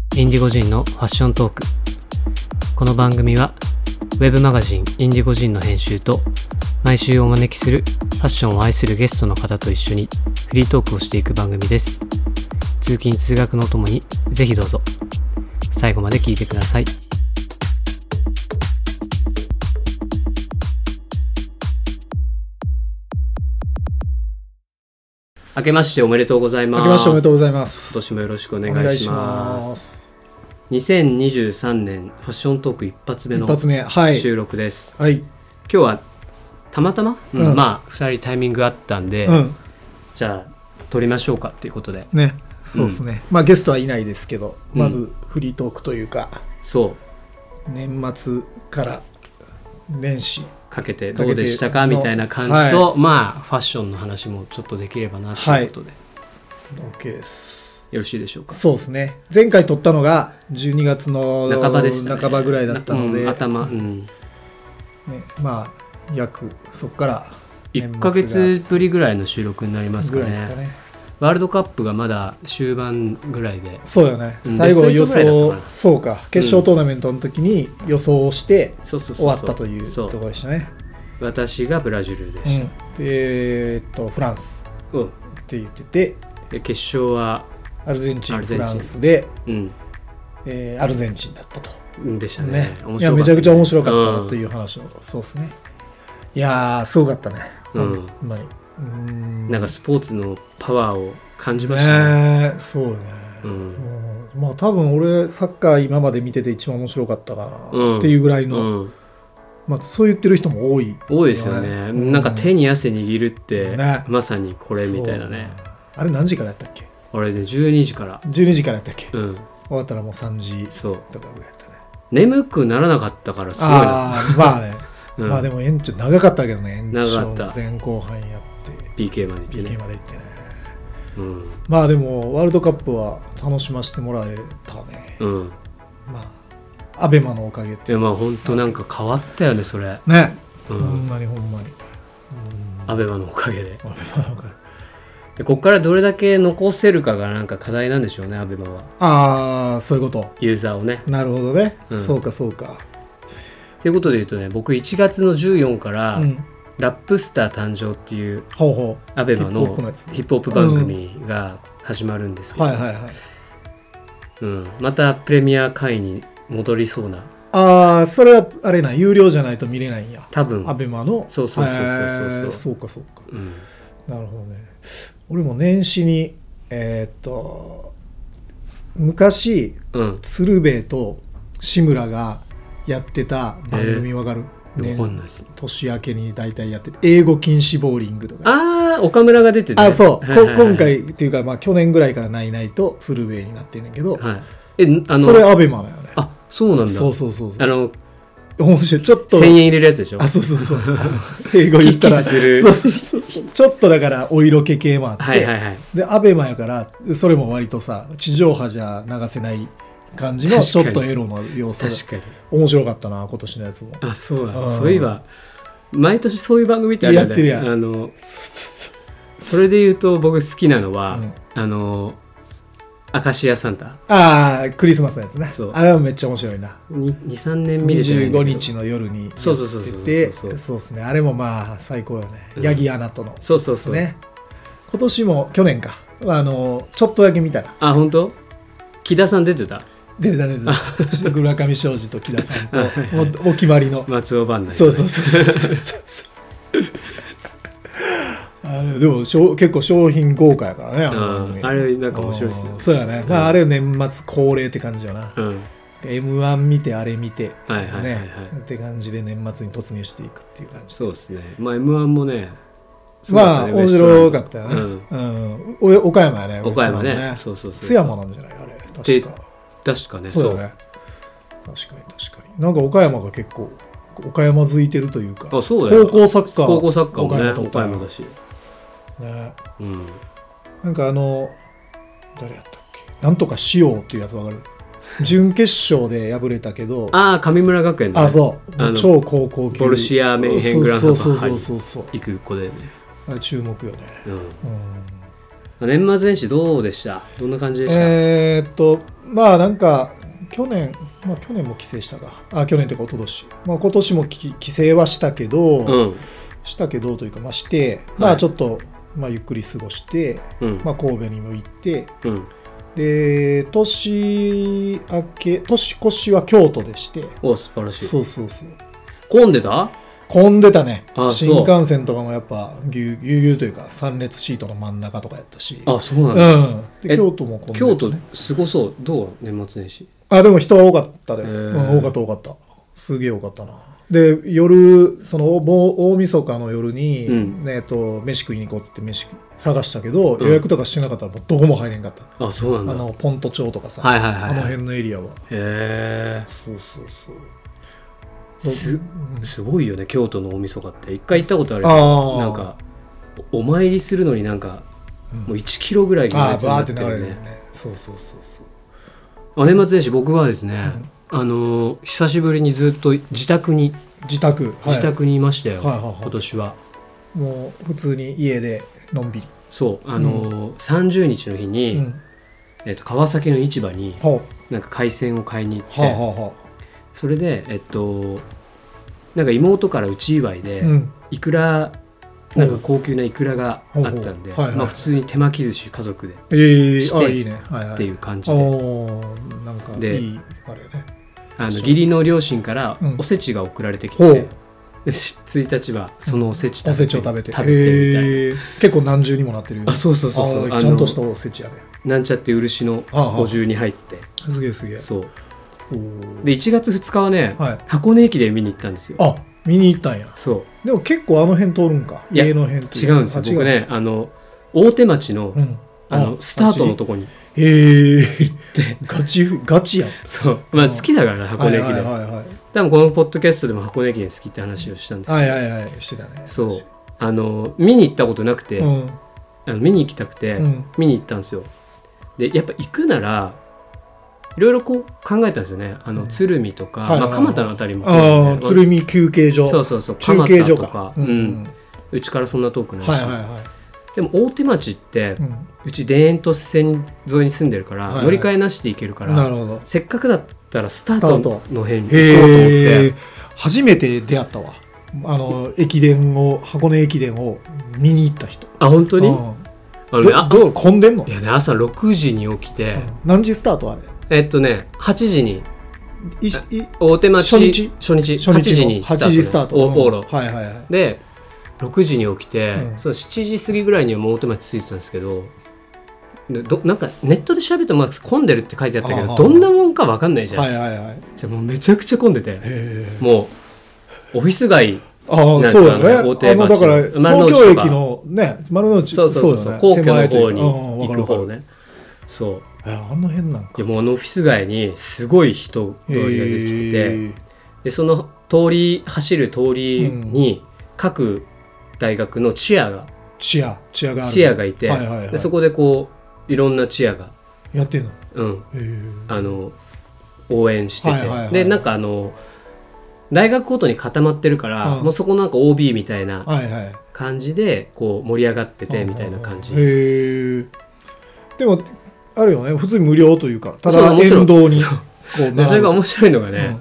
インディゴジンのファッショントーク。この番組はウェブマガジンインディゴジンの編集と毎週お招きするファッションを愛するゲストの方と一緒にフリートークをしていく番組です。通勤通学のともにぜひどうぞ最後まで聞いてください。明けましておめでとうございます。 明けましておめでとうございます。 今年もよろしくお願いします。2023年ファッショントーク一発目の収録です。 はい、 今日はたまたま、まあ2人タイミングあったんで、じゃあ撮りましょうかっていうことでね。そうですね、まあゲストはいないですけど、まずフリートークというか、 そう年末から年始かけてどうでしたかみたいな感じと、まあファッションの話もちょっとできればなということで、 OK です。 よろしいでしょうか。 そうですね、前回撮ったのが12月の半ばでしたね。 半ばぐらいだったので、 頭、 ね、まあ約そこから 1ヶ月ぶりぐらいの収録になりますかね。ワールドカップがまだ終盤ぐらいで、 そうよね、最後予想、そうか、決勝トーナメントの時に予想をして終わったというところでしたね。 私がブラジルでした、 でフランスって言ってて、 決勝はアルゼンチンフランスで、アルゼンチンだったとでしたね。 いやめちゃくちゃ面白かったという話を、そうですね。いやーすごかったね、ほんまに。 なんかスポーツのパワーを感じましたね。 そうよね、まあ多分俺サッカー今まで見てて一番面白かったかなっていうぐらいの、まあ、そう言ってる人も多いですよね、なんか手に汗握るって、まさにこれみたいなね。 あれ何時からやったっけ。 あれね12時からやったっけ、終わったらもう3時とかぐらいやったね。 眠くならなかったからすごいな。 まあねまあでも延長長かったけどね、延長前後半やって PK まで行ってね。 まあでもワールドカップは楽しませてもらえたね。まあアベマのおかげって。 まあ本当なんか変わったよねそれね、ほんまにアベマのおかげで。ここからどれだけ残せるかがなんか課題なんでしょうね、アベマは。 そういうこと。 ユーザーをね。 なるほどね、そうかそうか。 ということで言うとね、僕1月の14から、ラップスター誕生っていうアベマのヒップホップ番組が始まるんですけど、またプレミア会員に戻りそうな。 それはあれな、有料じゃないと見れないんや多分。 アベマの。そうか、なるほどね。俺も年始に昔、鶴瓶と志村がやってた番組わかる？ わかんないです。 年明けに大体やってる英語禁止ボーリングとか。 岡村が出てて、 そう、今回っていうか、まあ去年ぐらいからないないと鶴瓶になってるんだけど、それアベマだよね。 そうなんだ。 そう面白い。ちょっと 1000円入れるやつでしょ。 そう英語言ったらそうちょっとだからお色気系もあって、でアベマやからそれも割とさ地上波じゃ流せない感じのちょっとエロの要素。 確かに面白かったな今年のやつも。 そうだ、そういえば毎年そういう番組ってあるよね。 やってるやん。それで言うと僕好きなのは、アカシアサンタ。 クリスマスのやつね。あれはめっちゃ面白いな。 2,3 年見れてないんだけど 25日の夜にやってて、そうですね。あれもまあ最高よね。ヤギアナとの。そうね。今年も去年かちょっとだけ見たな。 本当？木田さん出てた村上庄司と木田さんとお決まりの松尾伴内。 そうでも結構商品豪華やからね、 あれなんか面白いですよ。 そうやね。まああれ年末恒例って感じよな。M1 見てあれ見てって感じで年末に突入していくっていう感じ。 そうですね。まあ M1 もね、 まあ面白かったよね。岡山やね。 岡山ね。 津山なんじゃないあれ。 確かね。 そうだね。確かに。なんか岡山が結構岡山づいてるというか。 そうだよ。 高校サッカーもね、岡山だし。 なんか誰やったっけ、なんとかしようっていうやつわかる？準決勝で敗れたけど、 神村学園ね。そう超高校級ボルシアメンヘングランドパー行く子だよね。 注目よね。 年末年始どうでした？どんな感じでした？ まあなんか去年も帰省したか、去年というか一昨年、まあ、今年も帰省はしたけど、というか、まあして、まあちょっと、まあ、ゆっくり過ごして、まあ神戸にも行って、で年越しは京都でして。 お、素晴らしい。 そうそうそう。 混んでた？ 混んでたね。新幹線とかもやっぱぎゅうぎゅうというか3列シートの真ん中とかやったし。 あ、そうなんだ。 で京都も混んでた、ね。 京都すごそう。どう年末年始？ でも人は多かったね。多かった。すげえ多かったな。で夜その大晦日の夜に、飯食いに行こうっつって飯探したけど、予約とかしてなかったらもうどこも入れんかった。 あ、そうなんだ。 ポント町とかさ、あの辺のエリアは。 へえ。 そうそうそう。 すごいよね、京都の大晦日って。一回行ったことあるけど、なんかお参りするのになんかもう1キロぐらい行列になってるね。 そうそうそうそう。 年末年始僕はですね、久しぶりにずっと自宅にいましたよ、今年は。 もう普通に家でのんびり。 そう30日の日に、川崎の市場になんか海鮮を買いに行って、それでなんか妹からうち祝いでイクラ、なんか高級なイクラがあったんで、まあ普通に手巻き寿司家族でしてっていう感じで、 なんかでいいあれね。 義理の両親からおせちが送られてきて、1日はそのおせちを食べてみたいな。 結構何重にもなってるよね。 そうそうそうそう、 ちゃんとしたおせちやね。 なんちゃって漆のお重に入って、 すげえすげえ。 そうで1月2日はね、箱根駅伝見に行ったんですよ。 見に行ったんや。 そう。 でも結構あの辺通るんか。家の辺。 違うんですよ。僕ね、大手町のスタートのとこに行ってガチやん。 そう。まあ好きだからな、箱根駅伝。多分このポッドキャストでも箱根駅伝好きって話をしたんですけど。 してたね。 そう。見に行ったことなくて、見に行きたくて見に行ったんですよ。でやっぱ行くならいろいろこう考えたんですよね。鶴見とか、蒲田のあたりも、 鶴見休憩所、 そう蒲田とか、うちからそんな遠くないし、でも大手町って、うち田園都市線沿いに住んでるから、乗り換えなしで行けるから、せっかくだったらスタートの辺に行こうと思って。 初めて出会ったわ。箱根駅伝を見に行った人。 本当に？ 混んでんの？ いやね、朝6時に起きて。 何時スタートあれ ？8時に大手町初日8時にスタート、大ポーロで6時に起きて、そう7時過ぎぐらいにはもう大手町着いてたんですけど、なんかネットで調べても混んでるって書いてあったけど、どんなもんか分かんないじゃん。じゃあもうめちゃくちゃ混んでて、もうオフィス街なんですよね。大手町だから東京駅のね、丸の内、 そう皇居の方に行く方ね。そう。 あの辺なんか。 いやもうオフィス街にすごい人通りができてて、でその走る通りに各大学のチアがいて、でそこでこういろんなチアがやってんの。 応援してて、でなんか大学ごとに固まってるから、もうそこなんか OB みたいな感じでこう盛り上がっててみたいな感じ。 でもあるよね、普通に無料というか、ただ沿道にそれが面白いのがね、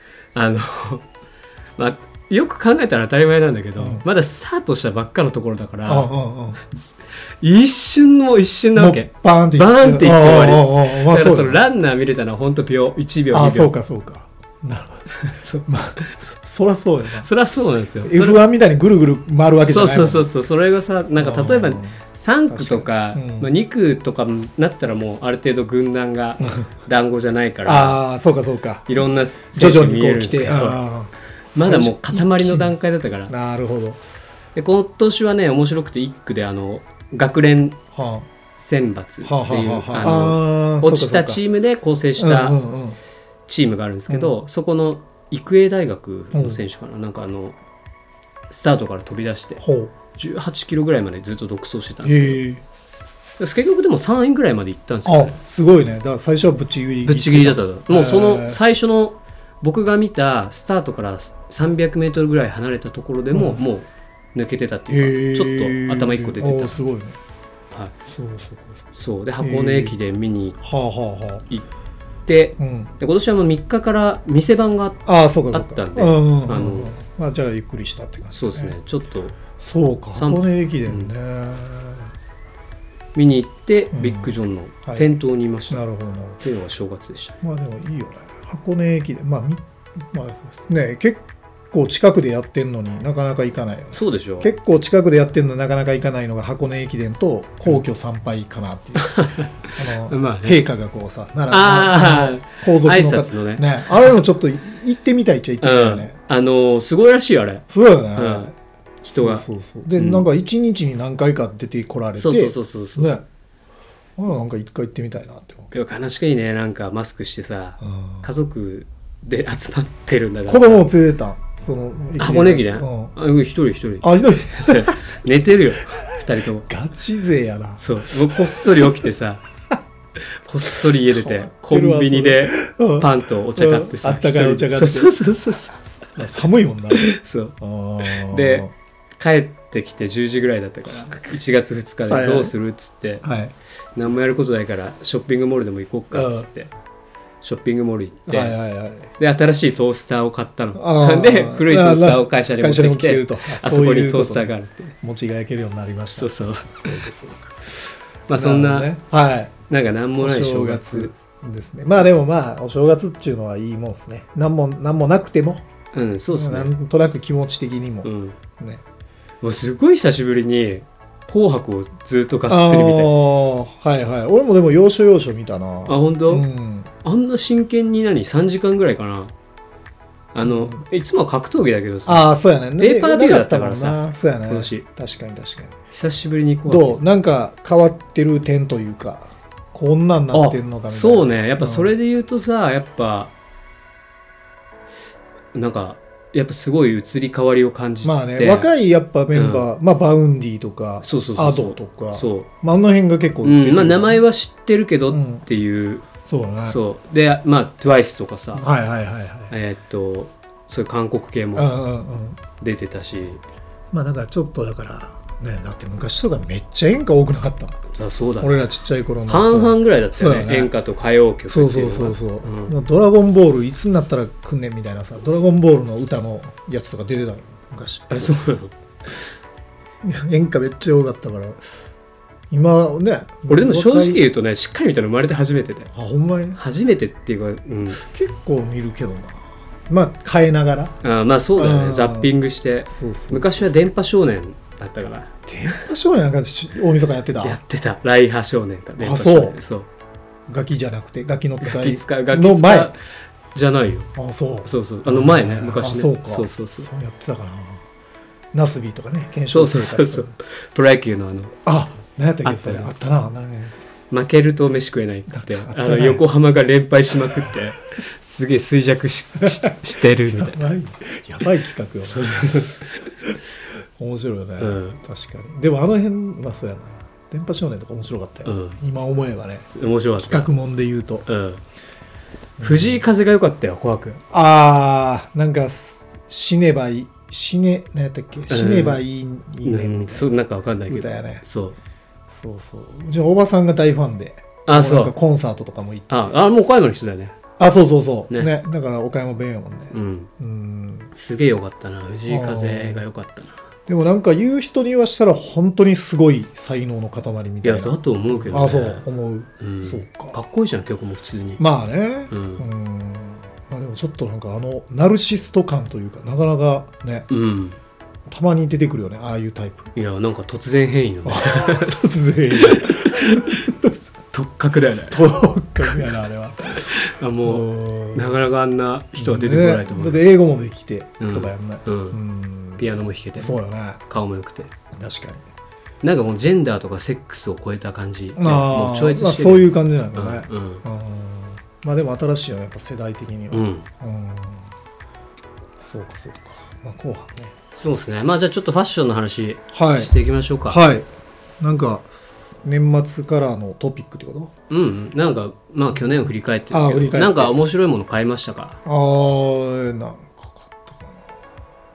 よく考えたら当たり前なんだけど、まだスタートしたばっかのところだから、一瞬なわけ。 バーンっていって終わり。だからそのランナー見れたのは本当1秒2秒。 そうかなるほど。そりゃそうよな。 そりゃそうなんですよ。 F1 みたいにぐるぐる回るわけじゃないもん。 そうそれがさ、なんか例えば3区とか2区とかになったらもうある程度軍団が団子じゃないからそうかいろんな選手見えるんですけど、 まだもう塊の段階だったから。 なるほど。 で今年はね面白くて1区で学連選抜っていう落ちたチームで構成したチームがあるんですけど、そこの育英大学の選手かな、なんかスタートから飛び出して18キロぐらいまでずっと独走してたんですけど、結局でも3位ぐらいまで行ったんですよね。 すごいね。だから最初はぶっちぎりだった。 もうその最初の僕が見たスタートから300メートルぐらい離れたところでも、もう抜けてたっていうか、ちょっと頭1個出てた。 すごいね。 はい、 そうで箱根駅伝見に行って、で今年は3日から店番があったんで、 まあじゃあゆっくりしたって感じ、 そうですね。ちょっとそうか、箱根駅伝ね、 見に行ってビッグジョンの店頭にいました、 なるほどっていうのが正月でした。 まあでもいいよね、箱根駅伝、まあね、結構近くでやってんのになかなか行かないよね。 そうでしょ。 結構近くでやってんのになかなか行かないのが箱根駅伝と皇居参拝かなっていう陛下がこうさ、皇族の挨拶のね、 あれもちょっと行ってみたいっちゃ行ってみたいよね。 すごいらしいよあれ。 すごいよね、 人が。 で、なんか1日に何回か出てこられて、 そうね、なんか一回行ってみたいなって思う。 悲しくいいね、なんかマスクしてさ、家族で集まってるんだから。 子供を連れてた。 箱根駅伝、一人寝てるよ2人とも。 ガチ勢やな。 そう、こっそり起きてさこっそり家出てコンビニでパンとお茶買ってさ、 あったかいお茶買って、そう寒いもんな。 そうで帰ってきて10時ぐらいだったから1月2日でどうするっつって、何もやることないからショッピングモールでも行こうかっつってショッピングモール行って、で新しいトースターを買ったので、古いトースターを会社に持ってきて、あそこにトースターがあるって、 餅が焼けるようになりました。 そうまあそんな、なんか何もない正月ですね。まあでもお正月っていうのはいいもんですね。何もなくても、 そうですね、 なんとなく気持ち的にもね。 もうすごい久しぶりに紅白をずっとがっつり見て、 俺もでも要所要所見たな。 本当？あんな真剣に3時間ぐらいかな。いつもは格闘技だけどさ、 そうやね、 ペーパービューだったからさ、 そうやね、 今年確かに久しぶりにどうなんか変わってる点というか、こんなんなってんのかみたいな。 そうね、やっぱそれで言うとさ、やっぱなんかやっぱすごい移り変わりを感じて、 若いやっぱメンバー、バウンディとかアドとか、あの辺が結構、 名前は知ってるけどっていう、そうでTWICE とかさ、そういう韓国系も出てたし、 なんかちょっとだからね、だって昔とかめっちゃ演歌多くなかった。 そうだね、 俺らちっちゃい頃の半々ぐらいだったよね、演歌と歌謡曲っていうのが。 ドラゴンボールいつになったら来んねんみたいなさ、ドラゴンボールの歌のやつとか出てたの昔。 そうなの。 演歌めっちゃ多かったから、今ね。 俺でも正直言うとね、しっかり見たの生まれて初めてで。 ほんまに初めてっていうか、 結構見るけどな。変えながら。 そうだよね、ザッピングして。昔は電波少年だったから。 電波少年なんか大晦日やってた。 ライハ少年か。 そうガキじゃなくて、ガキの使いの前じゃないよ。 そう前ね、昔ね。 そうやってたかな。ナスビとかね、検証そうプロ野球の何やったっけ、それあったな。 負けると飯食えないって横浜が連敗しまくってすげえ衰弱 してるみたいなやばい企画よ。面白いよね、確かに。でもあの辺そうやな、電波少年とか面白かったよ、今思えばね。 面白かった。 企画もんで言うと、 藤井風が良かったよ、紅白。 なんか死ねばいい、何やったっけ、死ねばいいねみたいな、 なんか分かんないけど歌やね。 そううちのおばさんが大ファンで、なんかコンサートとかも行って。 もう岡山の人だよね。 そうね、だから岡山弁やもんね。 すげえ良かったな、藤井風が良かったな。 でもなんか言う人に言わしたら本当にすごい才能の塊みたいな。 いやだと思うけどね。 そう思う、そうか。 かっこいいじゃん、曲も普通に。 でもちょっとなんかナルシスト感というか、なかなかね、たまに出てくるよね、ああいうタイプ。 いや、なんか突然変異のね。 突然変異特格だよね。 特格やな、あれは。 もうなかなかあんな人は出てこないと思う。 だって英語もできてとかやんない。 ピアノも弾けて、 そうよね、 顔も良くて。 確かに。 なんかもうジェンダーとかセックスを超えた感じ。もう超越してる。 そういう感じなんだね。でも新しいよね、やっぱ世代的には。そうか。後半ね。 そうですね。じゃあちょっとファッションの話していきましょうか。 なんか年末からのトピックってこと？ なんか去年を振り返ってるけど、なんか面白いもの買いましたか？ なんか買ったか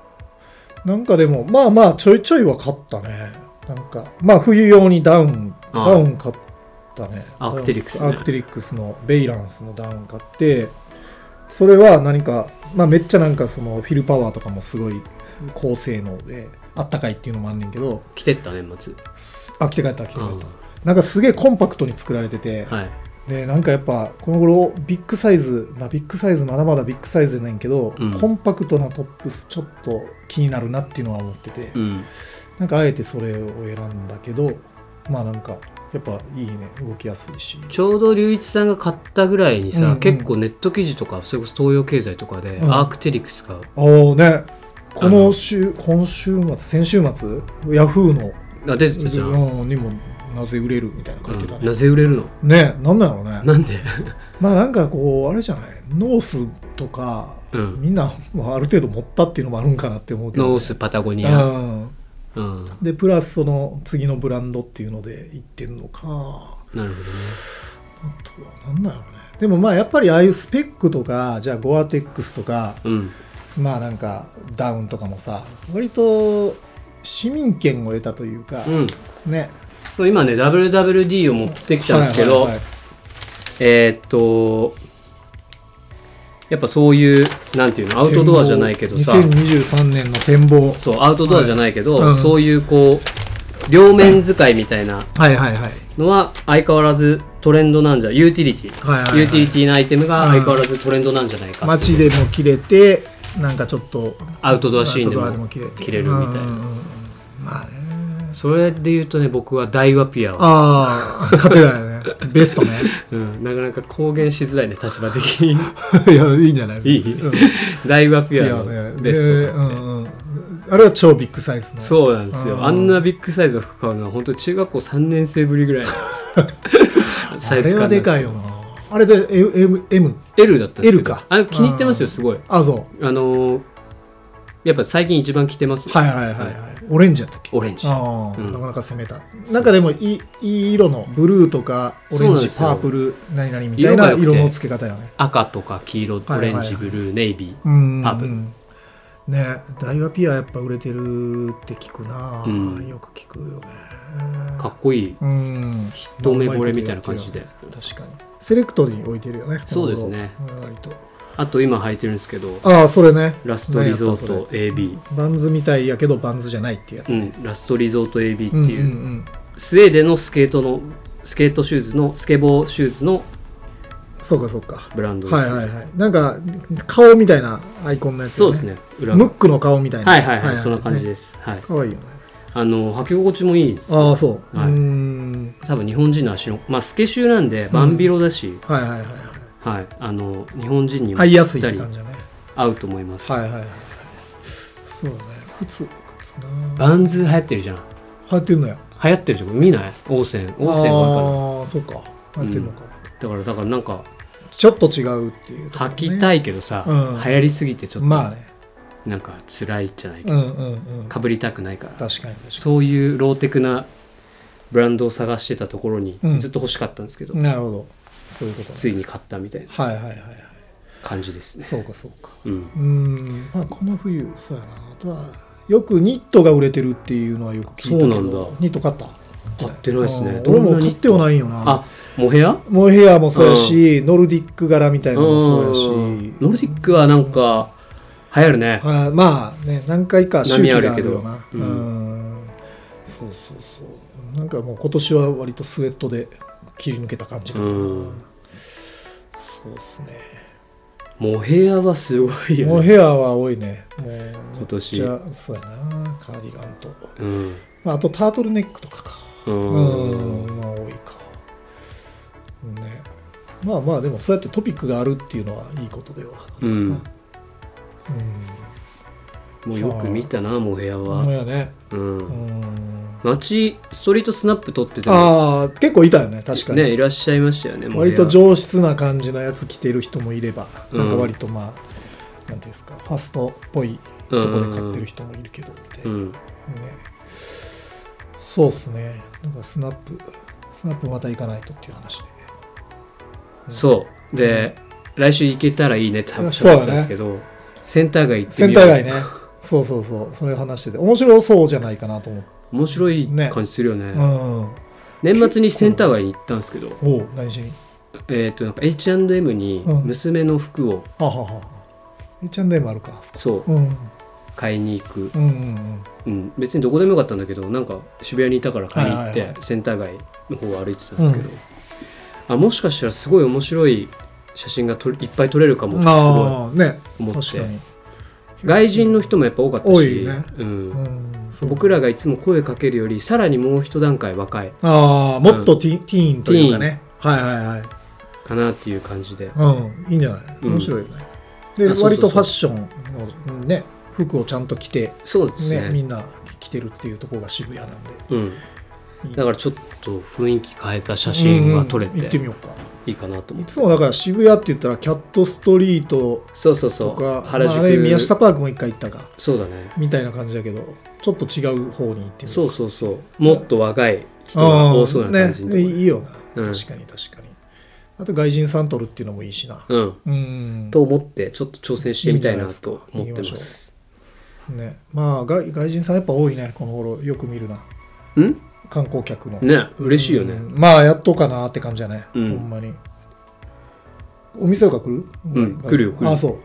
な。なんかでもちょいちょいは買ったね。なんか冬用にダウンダウン買ったね。 アークテリクスね。 アークテリクスのベイランスのダウン買って、それは何か、まあ、めっちゃなんかそのフィルパワーとかもすごい高性能であったかいっていうのもあんねんけど、 着てった年末。 着て帰った。なんかすげえコンパクトに作られてて、 はい、 でなんかやっぱこの頃ビッグサイズまだまだビッグサイズじゃないけど、コンパクトなトップスちょっと気になるなっていうのは思ってて、なんかあえてそれを選んだけど、まあなんかやっぱいいね、動きやすいし。 ちょうど隆一さんが買ったぐらいにさ、結構ネット記事とかそれこそ東洋経済とかで、アークテリクスがね、今週末先週末ヤフーの出てたじゃん、 にもなぜ売れるみたいな書いてたね。 なぜ売れるのね、なんだろうね。 なんでまあなんかこうあれじゃない、ノースとか、みんなある程度持ったっていうのもあるんかなって思うけど、ね、 ノースパタゴニア、 でプラスその次のブランドっていうのでいってんのか。 なるほどね。 あとはなんだろうね。でもまあやっぱりああいうスペックとか、じゃあゴアテックスとか、まあなんかダウンとかもさ、割と市民権を得たというか、ね。 そう今ね WWD を持ってきたんですけど、やっぱそういうなんていうの、アウトドアじゃないけどさ、 2023年の展望、 そうアウトドアじゃないけど、そういうこう両面使いみたいなのは相変わらずトレンドなんじゃ、ユーティリティなアイテムが相変わらずトレンドなんじゃないかっていう。 街でも着れて、なんかちょっとアウトドアシーンでも着れるみたいな。 まあね。 それで言うとね、僕はダイワピアを勝てないよね。ベストね。 なかなか公言しづらいね、立場的に。 いや、いいんじゃない？いい。 ダイワピアのベスト。 あれは超ビッグサイズの。 そうなんですよ。あんなビッグサイズの服買うのは本当中学校3年生ぶりぐらいサイズ感。あれはでかいよな。あれで L だったんですけど。 L か。 気に入ってますよ、すごい。 そう。 やっぱ最近一番着てます。 オレンジやったっけ？ オレンジ。 なかなか攻めた。なんかでもいい色のブルーとかオレンジ、パープル何々みたいな色の付け方よね。 赤とか黄色、オレンジ、ブルー、ネイビー、パープル。 ね、ダイワピアやっぱ売れてるって聞くな。よく聞くよね。 かっこいい。一目惚れみたいな感じで。 確かに。セレクトに置いてるよね。 そうですね。割と。あと今履いてるんですけど、 それね、 ラストリゾート AB、 バンズみたいやけどバンズじゃないっていうやつね。 ラストリゾート AB っていう、スウェーデンのスケートシューズのスケボーシューズのそうかブランドです。 なんか顔みたいなアイコンのやつ、 そうですね。 ムックの顔みたいな、そんな感じです。 可愛いよね。 履き心地もいいです。 そう。 多分日本人の足の、スケシューなんでバンビロだし、日本人にも合いやすいって感じだね。 合うと思います。 そうだね。靴な。 バンズ流行ってるじゃん。 流行ってるのや。 流行ってるじゃん。見ない？オーセン多いかな。 そうか。流行ってるのかな。 だからなんかちょっと違うっていう。 履きたいけどさ、流行りすぎてちょっとなんか辛いじゃないけど、かぶりたくないから。 確かに。 そういうローテクなブランドを探してたところにずっと欲しかったんですけど。 なるほど。そういうことね。 ついに買ったみたいな感じですね。 そうか。この冬そうやな。あとはよくニットが売れてるっていうのはよく聞いたけど。そうなんだ。ニット買った？ 買ってないですね。 俺も買ってはないよな。 モヘアもそうやし、ノルディック柄みたいなのもそうやし。 ノルディックはなんか流行るね。 まあね、何回か周期があるよな。そうなんかもう今年は割とスウェットで切り抜けた感じかな。そうですね。 モヘアはすごいよね。 モヘアは多いね。もう今年。 じゃあそうやな。カーディガンと、あとタートルネックとかか。多いか。ね。まあでもそうやってトピックがあるっていうのはいいことではあるかな。 もうよく見たな、モヘアは。 モヘアね。 ストリートスナップ撮ってて結構いたよね、確かに。 ね、いらっしゃいましたよね。 割と上質な感じのやつ着てる人もいれば、なんか割となんていうんですか、ファストっぽいとこで買ってる人もいるけどみたいな。そうっすね。なんかスナップまた行かないとっていう話で。 そうで、来週行けたらいいねって話したんですけど、センター街行ってみよう。 センター街ね。そうそれ話してて面白そうじゃないかなと思って。 面白い感じするよね。 年末にセンター街に行ったんですけど、 お何しになんか H&M に娘の服を、 ははは H&M あるかそう、買いに行く、別にどこでもよかったんだけど、なんか渋谷にいたから買いに行って、センター街の方を歩いてたんですけど、もしかしたらすごい面白い写真がいっぱい撮れるかもってすごい思って、外人の人もやっぱ多かったし、僕らがいつも声かけるよりさらにもう一段階若い、 もっとティーンというかね、 かなっていう感じで、 いいんじゃない、面白いよね。で割とファッションのね服をちゃんと着て、 そうですね、 みんな着てるっていうところが渋谷なんで、 だからちょっと雰囲気変えた写真が撮れて、 行ってみようか、 いいかなと思って。 いつもだから渋谷って言ったらキャットストリートとか、原宿、あれ宮下パークも一回行ったか、 そうだねみたいな感じだけど、ちょっと違う方に行ってみる。 そうもっと若い人が多そうな感じの、 いいよな、確かに。あと外人さん撮るっていうのもいいしな、 と思ってちょっと挑戦してみたいなと思ってます。 ね、まあ外人さんやっぱ多いね、この頃よく見るな。観光客のね、嬉しいよね。 まあやっとかなって感じじゃない、ほんまに。お店とか来る？ 来るよ。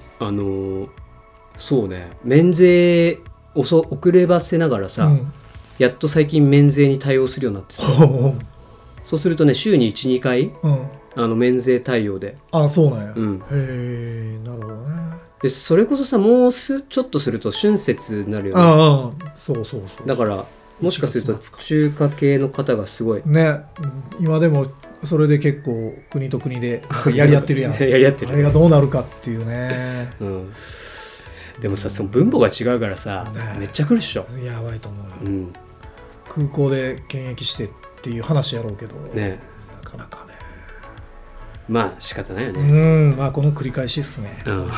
そうね、免税遅ればせながらさ、やっと最近免税に対応するようになってさそうするとね、週に 1,2 回、免税対応で。 そうなんや。へえ、なるほどね。 でそれこそさ、もうちょっとすると春節になるよね。そうだからもしかすると中華系の方がすごいね、今でもそれで結構国と国でやり合ってるやんやり合ってる、 あれがどうなるかっていうね、 でもさ、その分母が違うからさ、めっちゃ来るっしょ。 やばいと思うよ、空港で検疫してっていう話やろうけど、なかなかね、 まあ仕方ないよね。 まあこの繰り返しっすね、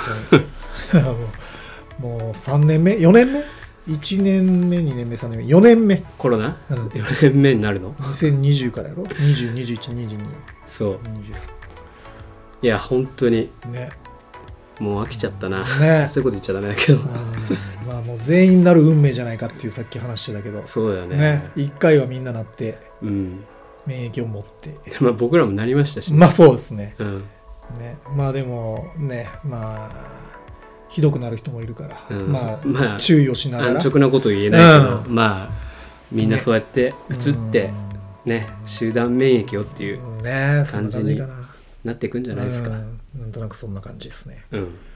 もう3年目4年目1年目2年目3年目4年目コロナ、4年目になるの 2020からやろ、202122 そう23。いや本当にね、 もう飽きちゃったな、そういうこと言っちゃダメだけどまあもう全員なる運命じゃないかっていうさっき話してたけど、 そうだよね、 1回はみんななって、免疫を持って、 まあ僕らもなりましたし、 まあそうですね、まあでもね、まあひどくなる人もいるから、まあ注意をしながら、 安直なこと言えないけど、まあみんなそうやって移ってね、集団免疫をっていう感じになっていくんじゃないですか。 なんとなくそんな感じですね。